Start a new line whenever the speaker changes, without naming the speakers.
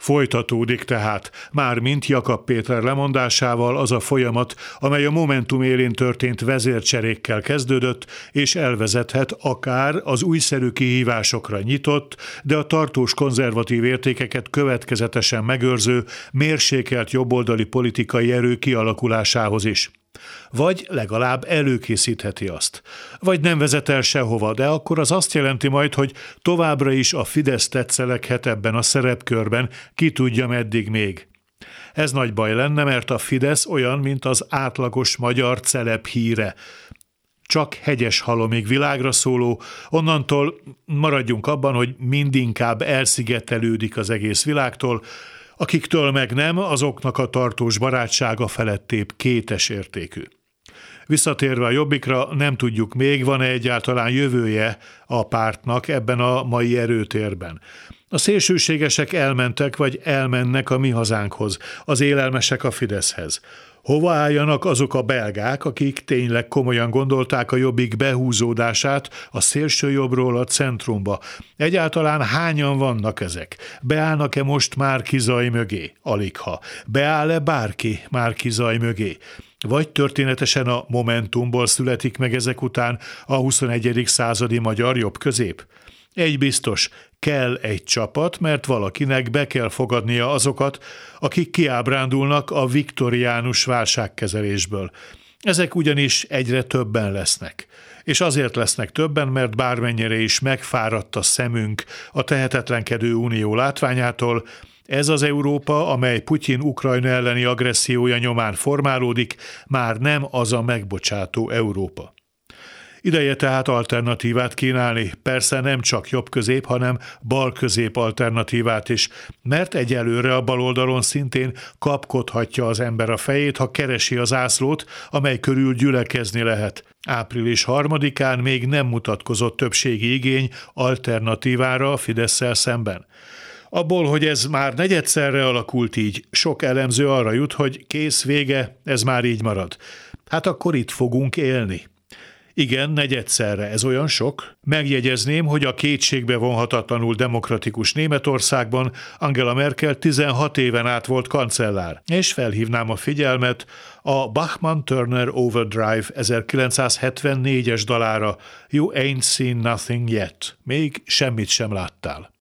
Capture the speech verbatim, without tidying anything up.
Folytatódik tehát, mármint Jakab Péter lemondásával az a folyamat, amely a Momentum élén történt vezércserékkel kezdődött, és elvezethet akár az újszerű kihívásokra nyitott, de a tartós konzervatív értékeket következetesen megőrző, mérsékelt jobboldali politikai erő kialakulásához is. Vagy legalább előkészítheti azt. Vagy nem vezet el sehova, de akkor az azt jelenti majd, hogy továbbra is a Fidesz tetszeleghet ebben a szerepkörben, ki tudja meddig még. Ez nagy baj lenne, mert a Fidesz olyan, mint az átlagos magyar celeb híre. Csak hegyes halomig világra szóló, onnantól maradjunk abban, hogy mindinkább elszigetelődik az egész világtól, akiktől meg nem, azoknak a tartós barátsága felettébb kétes értékű. Visszatérve a Jobbikra, nem tudjuk még, van-e egyáltalán jövője a pártnak ebben a mai erőtérben. A szélsőségesek elmentek vagy elmennek a mi hazánkhoz, az élelmesek a Fideszhez. Hova álljanak azok a belgák, akik tényleg komolyan gondolták a Jobbik behúzódását a szélsőjobbról a centrumba? Egyáltalán hányan vannak ezek? Beállnak-e most Márki-Zay mögé? Aligha. Beáll-e bárki Márki-Zay mögé? Vagy történetesen a Momentumból születik meg ezek után a huszonegyedik századi magyar jobbközép? Egy biztos, kell egy csapat, mert valakinek be kell fogadnia azokat, akik kiábrándulnak a viktoriánus válságkezelésből. Ezek ugyanis egyre többen lesznek. És azért lesznek többen, mert bármennyire is megfáradt a szemünk a tehetetlenkedő unió látványától, ez az Európa, amely Putyin Ukrajna elleni agressziója nyomán formálódik, már nem az a megbocsátó Európa. Ideje tehát alternatívát kínálni, persze nem csak jobb-közép, hanem bal-közép alternatívát is, mert egyelőre a baloldalon szintén kapkodhatja az ember a fejét, ha keresi az zászlót, amely körül gyülekezni lehet. április harmadikán még nem mutatkozott többségi igény alternatívára a Fidesszel szemben. Abból, hogy ez már negyedszerre alakult így, sok elemző arra jut, hogy kész, vége, ez már így marad. Hát akkor itt fogunk élni. Igen, negyedszerre, ez olyan sok? Megjegyezném, hogy a kétségbe vonhatatlanul demokratikus Németországban Angela Merkel tizenhat éven át volt kancellár, és felhívnám a figyelmet a Bachman-Turner Overdrive ezerkilencszázhetvennégyes dalára You ain't seen nothing yet. Még semmit sem láttál.